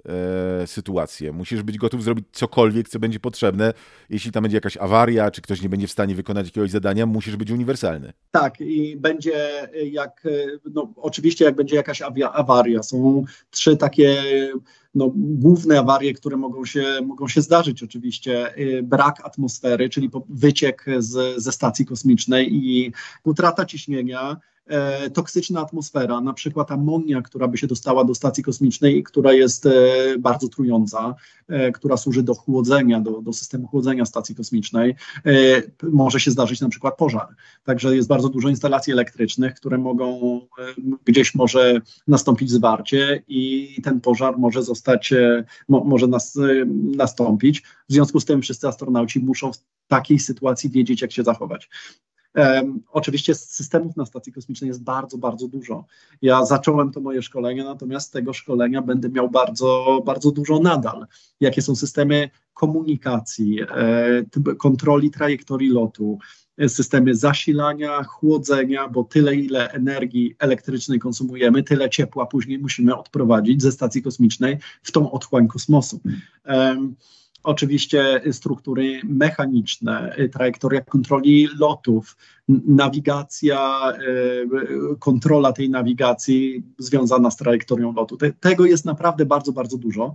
e, sytuacje. Musisz być gotów zrobić cokolwiek, co będzie potrzebne. Jeśli tam będzie jakaś awaria, czy ktoś nie będzie w stanie wykonać jakiegoś zadania, musisz być uniwersalny. Tak, i będzie jak, no oczywiście jak będzie jakaś awia, awaria. Są trzy takie no, główne awarie, które mogą się, mogą się zdarzyć oczywiście. Brak atmosfery, czyli wyciek z, ze stacji kosmicznej i utrata ciśnienia, e, toksyczna atmosfera, na przykład amonia, która by się dostała do stacji kosmicznej, która jest e, bardzo trująca, e, która służy do chłodzenia, do, do systemu chłodzenia stacji kosmicznej. E, może się zdarzyć na przykład pożar. Także jest bardzo dużo instalacji elektrycznych, które mogą, e, gdzieś może nastąpić zwarcie i ten pożar może zostać, e, mo, może nas, e, nastąpić. W związku z tym wszyscy astronauci muszą w takiej sytuacji wiedzieć, jak się zachować. Um, oczywiście systemów na stacji kosmicznej jest bardzo, bardzo dużo. Ja zacząłem to moje szkolenie, natomiast tego szkolenia będę miał bardzo, bardzo dużo nadal. Jakie są systemy komunikacji, e, kontroli trajektorii lotu, systemy zasilania, chłodzenia, bo tyle, ile energii elektrycznej konsumujemy, tyle ciepła później musimy odprowadzić ze stacji kosmicznej w tą otchłań kosmosu. Um, Oczywiście struktury mechaniczne, trajektoria kontroli lotów, nawigacja, kontrola tej nawigacji związana z trajektorią lotu. Te, tego jest naprawdę bardzo, bardzo dużo.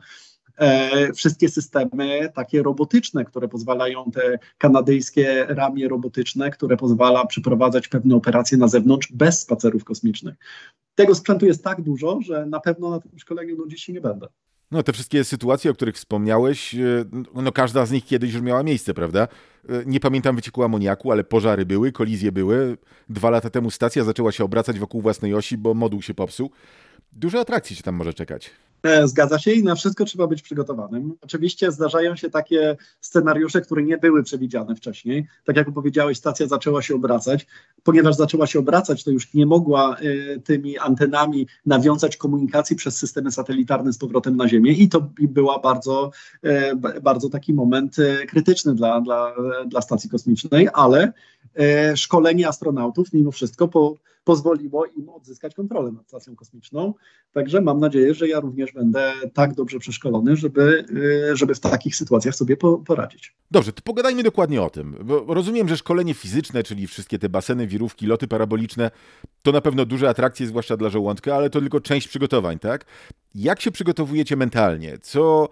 E, wszystkie systemy takie robotyczne, które pozwalają, te kanadyjskie ramię robotyczne, które pozwala przeprowadzać pewne operacje na zewnątrz bez spacerów kosmicznych. Tego sprzętu jest tak dużo, że na pewno na tym szkoleniu nudzić się nie będę. No te wszystkie sytuacje, o których wspomniałeś, no każda z nich kiedyś już miała miejsce, prawda? Nie pamiętam wycieku amoniaku, ale pożary były, kolizje były. Dwa lata temu stacja zaczęła się obracać wokół własnej osi, bo moduł się popsuł. Dużo atrakcji się tam może czekać. Zgadza się i na wszystko trzeba być przygotowanym. Oczywiście zdarzają się takie scenariusze, które nie były przewidziane wcześniej. Tak jak powiedziałeś, stacja zaczęła się obracać. Ponieważ zaczęła się obracać, to już nie mogła y, tymi antenami nawiązać komunikacji przez systemy satelitarne z powrotem na Ziemię i to była bardzo, y, bardzo taki moment y, krytyczny dla, dla, dla stacji kosmicznej, ale y, szkolenie astronautów mimo wszystko po, pozwoliło im odzyskać kontrolę nad stacją kosmiczną. Także mam nadzieję, że ja również będę tak dobrze przeszkolony, żeby, żeby w takich sytuacjach sobie poradzić. Dobrze, to pogadajmy dokładnie o tym. Bo rozumiem, że szkolenie fizyczne, czyli wszystkie te baseny, wirówki, loty paraboliczne, to na pewno duże atrakcje, zwłaszcza dla żołądka, ale to tylko część przygotowań, tak? Jak się przygotowujecie mentalnie? Co,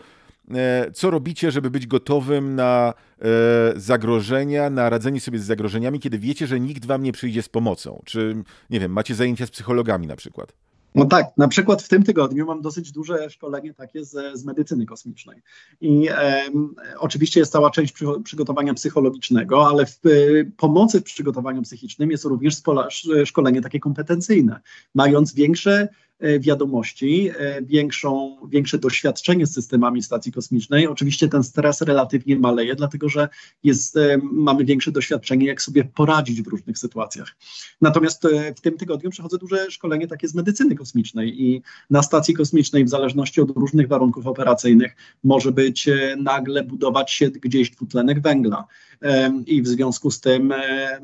co robicie, żeby być gotowym na zagrożenia, na radzenie sobie z zagrożeniami, kiedy wiecie, że nikt wam nie przyjdzie z pomocą? Czy, nie wiem, macie zajęcia z psychologami na przykład? No tak, na przykład w tym tygodniu mam dosyć duże szkolenie takie z, z medycyny kosmicznej i e, oczywiście jest cała część przy, przygotowania psychologicznego, ale w e, pomocy w przygotowaniu psychicznym jest również spola, szkolenie takie kompetencyjne. Mając większe wiadomości, większą, większe doświadczenie z systemami stacji kosmicznej. Oczywiście ten stres relatywnie maleje, dlatego że jest, mamy większe doświadczenie, jak sobie poradzić w różnych sytuacjach. Natomiast w tym tygodniu przechodzę duże szkolenie takie z medycyny kosmicznej i na stacji kosmicznej w zależności od różnych warunków operacyjnych może być nagle budować się gdzieś dwutlenek węgla i w związku z tym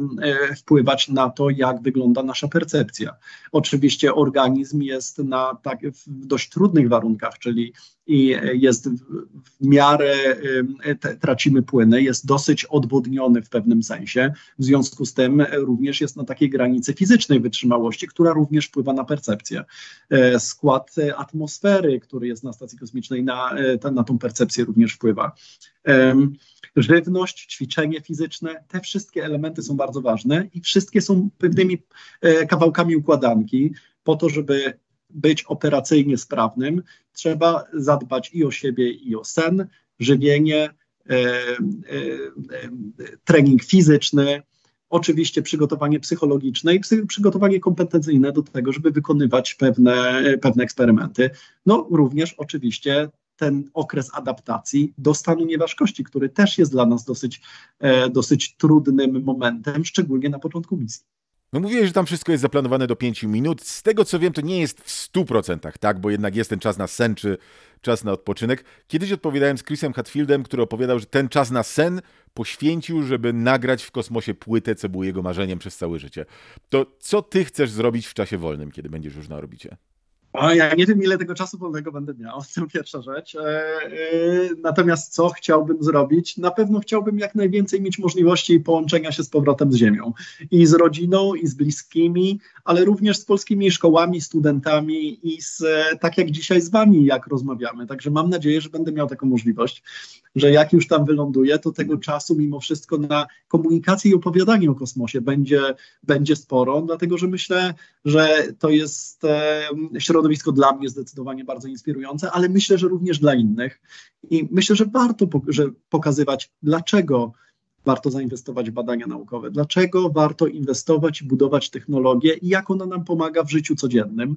wpływać na to, jak wygląda nasza percepcja. Oczywiście organizm jest na tak, w dość trudnych warunkach, czyli i jest w, w miarę, te, tracimy płyny, jest dosyć odwodniony w pewnym sensie, w związku z tym również jest na takiej granicy fizycznej wytrzymałości, która również wpływa na percepcję. Skład atmosfery, który jest na stacji kosmicznej, na, na tą percepcję również wpływa. Żywność, ćwiczenie fizyczne, te wszystkie elementy są bardzo ważne i wszystkie są pewnymi kawałkami układanki po to, żeby być operacyjnie sprawnym, trzeba zadbać i o siebie, i o sen, żywienie, e, e, e, trening fizyczny, oczywiście przygotowanie psychologiczne i psy, przygotowanie kompetencyjne do tego, żeby wykonywać pewne, pewne eksperymenty. No również oczywiście ten okres adaptacji do stanu nieważkości, który też jest dla nas dosyć, e, dosyć trudnym momentem, szczególnie na początku misji. No mówiłeś, że tam wszystko jest zaplanowane do pięciu minut. Z tego co wiem, to nie jest w stu procentach, tak? Bo jednak jest ten czas na sen czy czas na odpoczynek. Kiedyś odpowiadałem z Chrisem Hadfieldem, który opowiadał, że ten czas na sen poświęcił, żeby nagrać w kosmosie płytę, co było jego marzeniem przez całe życie. To co ty chcesz zrobić w czasie wolnym, kiedy będziesz już na orbicie? O, ja nie wiem, ile tego czasu wolnego będę miał, to pierwsza rzecz. E, e, natomiast co chciałbym zrobić? Na pewno chciałbym jak najwięcej mieć możliwości połączenia się z powrotem z ziemią. I z rodziną, i z bliskimi, ale również z polskimi szkołami, studentami i z, tak jak dzisiaj z wami, jak rozmawiamy. Także mam nadzieję, że będę miał taką możliwość, że jak już tam wyląduję, to tego czasu mimo wszystko na komunikację i opowiadanie o kosmosie będzie, będzie sporo, dlatego że myślę, że to jest e, środowisko dla mnie zdecydowanie bardzo inspirujące, ale myślę, że również dla innych. I myślę, że warto po, że pokazywać, dlaczego warto zainwestować w badania naukowe, dlaczego warto inwestować i budować technologię i jak ona nam pomaga w życiu codziennym.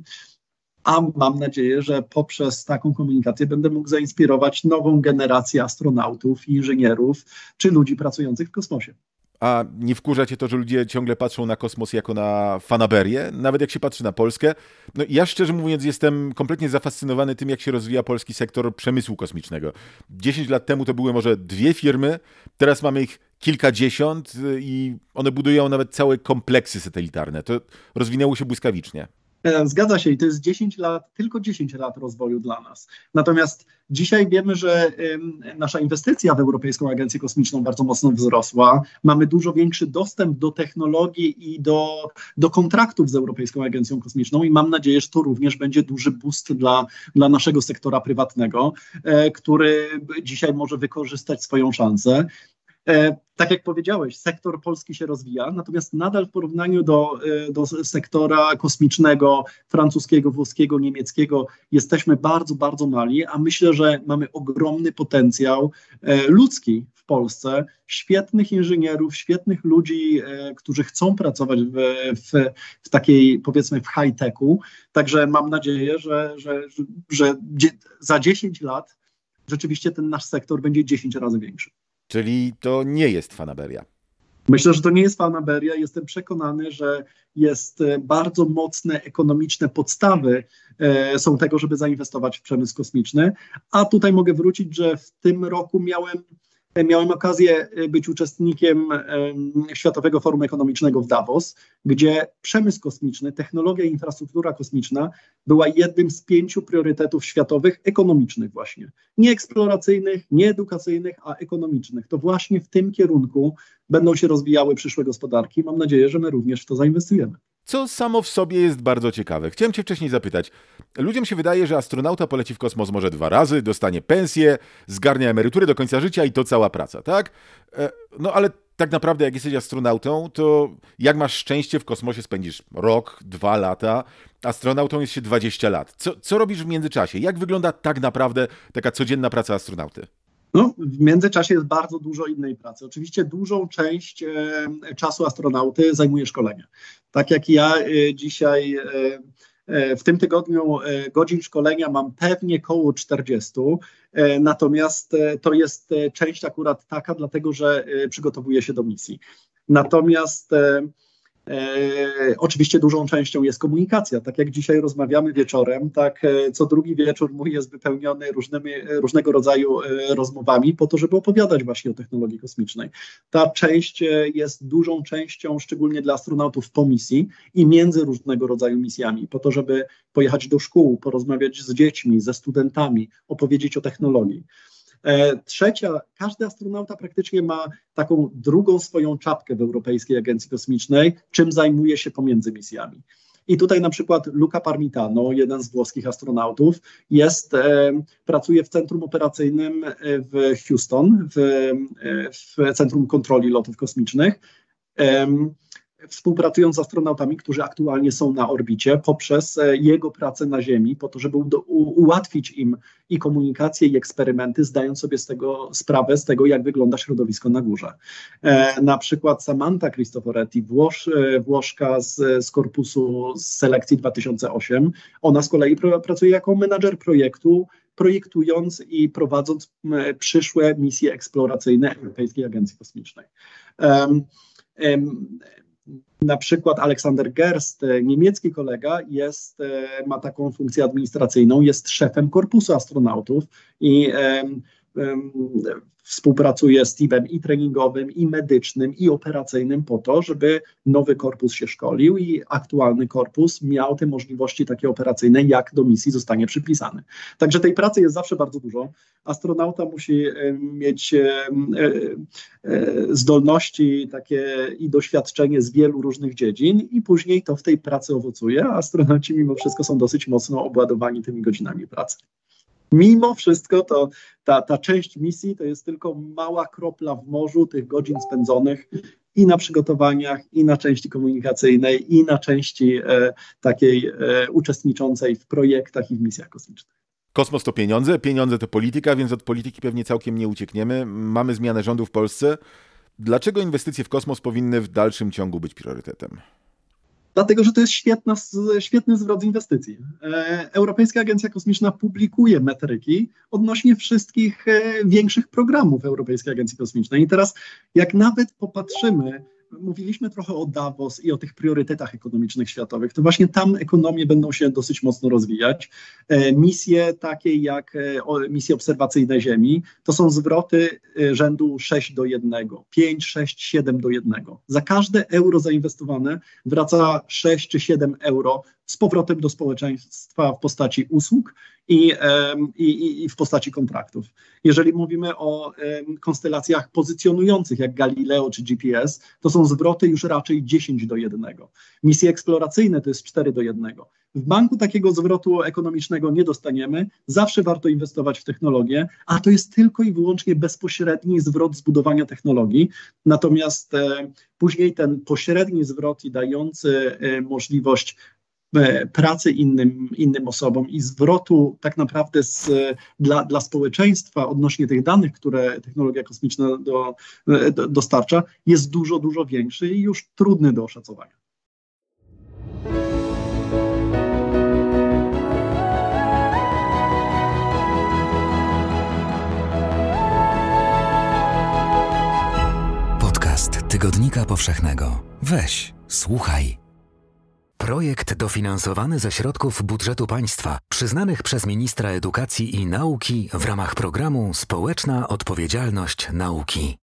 A mam nadzieję, że poprzez taką komunikację będę mógł zainspirować nową generację astronautów, inżynierów czy ludzi pracujących w kosmosie. A nie wkurza cię to, że ludzie ciągle patrzą na kosmos jako na fanaberię, nawet jak się patrzy na Polskę? No ja szczerze mówiąc jestem kompletnie zafascynowany tym, jak się rozwija polski sektor przemysłu kosmicznego. Dziesięć lat temu to były może dwie firmy, teraz mamy ich kilkadziesiąt i one budują nawet całe kompleksy satelitarne. To rozwinęło się błyskawicznie. Zgadza się i to jest dziesięć lat, tylko dziesięć lat rozwoju dla nas. Natomiast dzisiaj wiemy, że ym, nasza inwestycja w Europejską Agencję Kosmiczną bardzo mocno wzrosła. Mamy dużo większy dostęp do technologii i do, do kontraktów z Europejską Agencją Kosmiczną i mam nadzieję, że to również będzie duży boost dla, dla naszego sektora prywatnego, e, który dzisiaj może wykorzystać swoją szansę. E, tak jak powiedziałeś, sektor polski się rozwija, natomiast nadal w porównaniu do, do sektora kosmicznego francuskiego, włoskiego, niemieckiego jesteśmy bardzo, bardzo mali, a myślę, że mamy ogromny potencjał e, ludzki w Polsce, świetnych inżynierów, świetnych ludzi, e, którzy chcą pracować w, w, w takiej, powiedzmy, w high-techu. Także mam nadzieję, że, że, że, że za dziesięć lat rzeczywiście ten nasz sektor będzie dziesięć razy większy. Czyli to nie jest fanaberia. Myślę, że to nie jest fanaberia. Jestem przekonany, że jest bardzo mocne ekonomiczne podstawy e, są tego, żeby zainwestować w przemysł kosmiczny. A tutaj mogę wrócić, że w tym roku miałem, miałem okazję być uczestnikiem e, Światowego Forum Ekonomicznego w Davos, gdzie przemysł kosmiczny, technologia i infrastruktura kosmiczna była jednym z pięciu priorytetów światowych ekonomicznych właśnie. Nie eksploracyjnych, nie edukacyjnych, a ekonomicznych. To właśnie w tym kierunku będą się rozwijały przyszłe gospodarki. Mam nadzieję, że my również w to zainwestujemy. Co samo w sobie jest bardzo ciekawe. Chciałem cię wcześniej zapytać. Ludziom się wydaje, że astronauta poleci w kosmos może dwa razy, dostanie pensję, zgarnia emeryturę do końca życia i to cała praca, tak? No ale tak naprawdę jak jesteś astronautą, to jak masz szczęście w kosmosie spędzisz rok, dwa lata, astronautą jest się dwadzieścia lat. Co, co robisz w międzyczasie? Jak wygląda tak naprawdę taka codzienna praca astronauty? No, w międzyczasie jest bardzo dużo innej pracy. Oczywiście dużą część e, czasu astronauty zajmuje szkolenie. Tak jak ja e, dzisiaj e, e, w tym tygodniu e, godzin szkolenia mam pewnie koło czterdzieści, e, natomiast e, to jest e, część akurat taka, dlatego że e, przygotowuję się do misji. Natomiast e, E, oczywiście dużą częścią jest komunikacja. Tak jak dzisiaj rozmawiamy wieczorem, tak e, co drugi wieczór mój jest wypełniony różnymi, różnego rodzaju e, rozmowami po to, żeby opowiadać właśnie o technologii kosmicznej. Ta część e, jest dużą częścią, szczególnie dla astronautów po misji i między różnego rodzaju misjami, po to, żeby pojechać do szkół, porozmawiać z dziećmi, ze studentami, opowiedzieć o technologii. Trzecia, każdy astronauta praktycznie ma taką drugą swoją czapkę w Europejskiej Agencji Kosmicznej, czym zajmuje się pomiędzy misjami. I tutaj na przykład Luca Parmitano, jeden z włoskich astronautów, jest, e, pracuje w centrum operacyjnym w Houston, w, w Centrum Kontroli Lotów Kosmicznych. E, współpracując z astronautami, którzy aktualnie są na orbicie, poprzez jego pracę na Ziemi, po to, żeby u, u, ułatwić im i komunikację, i eksperymenty, zdając sobie z tego sprawę z tego, jak wygląda środowisko na górze. E, na przykład Samantha Cristoforetti, Włosz, Włoszka z, z korpusu z selekcji dwa tysiące osiem, ona z kolei pr- pracuje jako menadżer projektu, projektując i prowadząc m, przyszłe misje eksploracyjne Europejskiej Agencji Kosmicznej. Um, um, Na przykład Aleksander Gerst, niemiecki kolega, jest, ma taką funkcję administracyjną, jest szefem korpusu astronautów i współpracuje z teamem i treningowym, i medycznym, i operacyjnym po to, żeby nowy korpus się szkolił i aktualny korpus miał te możliwości takie operacyjne, jak do misji zostanie przypisany. Także tej pracy jest zawsze bardzo dużo. Astronauta musi mieć zdolności takie i doświadczenie z wielu różnych dziedzin i później to w tej pracy owocuje, a astronauci mimo wszystko są dosyć mocno obładowani tymi godzinami pracy. Mimo wszystko to ta, ta część misji to jest tylko mała kropla w morzu tych godzin spędzonych i na przygotowaniach, i na części komunikacyjnej, i na części e, takiej e, uczestniczącej w projektach i w misjach kosmicznych. Kosmos to pieniądze, pieniądze to polityka, więc od polityki pewnie całkiem nie uciekniemy. Mamy zmianę rządu w Polsce. Dlaczego inwestycje w kosmos powinny w dalszym ciągu być priorytetem? Dlatego, że to jest świetna, świetny zwrot z inwestycji. Europejska Agencja Kosmiczna publikuje metryki odnośnie wszystkich większych programów Europejskiej Agencji Kosmicznej. I teraz jak nawet popatrzymy, mówiliśmy trochę o Davos i o tych priorytetach ekonomicznych światowych, to właśnie tam ekonomie będą się dosyć mocno rozwijać. Misje takie jak misje obserwacyjne Ziemi, to są zwroty rzędu sześć do jednego, pięć, sześć, siedem do jednego. Za każde euro zainwestowane wraca sześć czy siedem euro z powrotem do społeczeństwa w postaci usług i, i, i w postaci kontraktów. Jeżeli mówimy o konstelacjach pozycjonujących jak Galileo czy G P S, to są zwroty już raczej dziesięć do jednego. Misje eksploracyjne to jest cztery do jednego. W banku takiego zwrotu ekonomicznego nie dostaniemy. Zawsze warto inwestować w technologię, a to jest tylko i wyłącznie bezpośredni zwrot zbudowania technologii. Natomiast e, później ten pośredni zwrot i dający e, możliwość pracy innym, innym osobom i zwrotu tak naprawdę z, dla, dla społeczeństwa odnośnie tych danych, które technologia kosmiczna do, do, dostarcza, jest dużo, dużo większy i już trudny do oszacowania. Podcast Tygodnika Powszechnego. Weź, słuchaj. Projekt dofinansowany ze środków budżetu państwa, przyznanych przez ministra edukacji i nauki w ramach programu Społeczna Odpowiedzialność Nauki.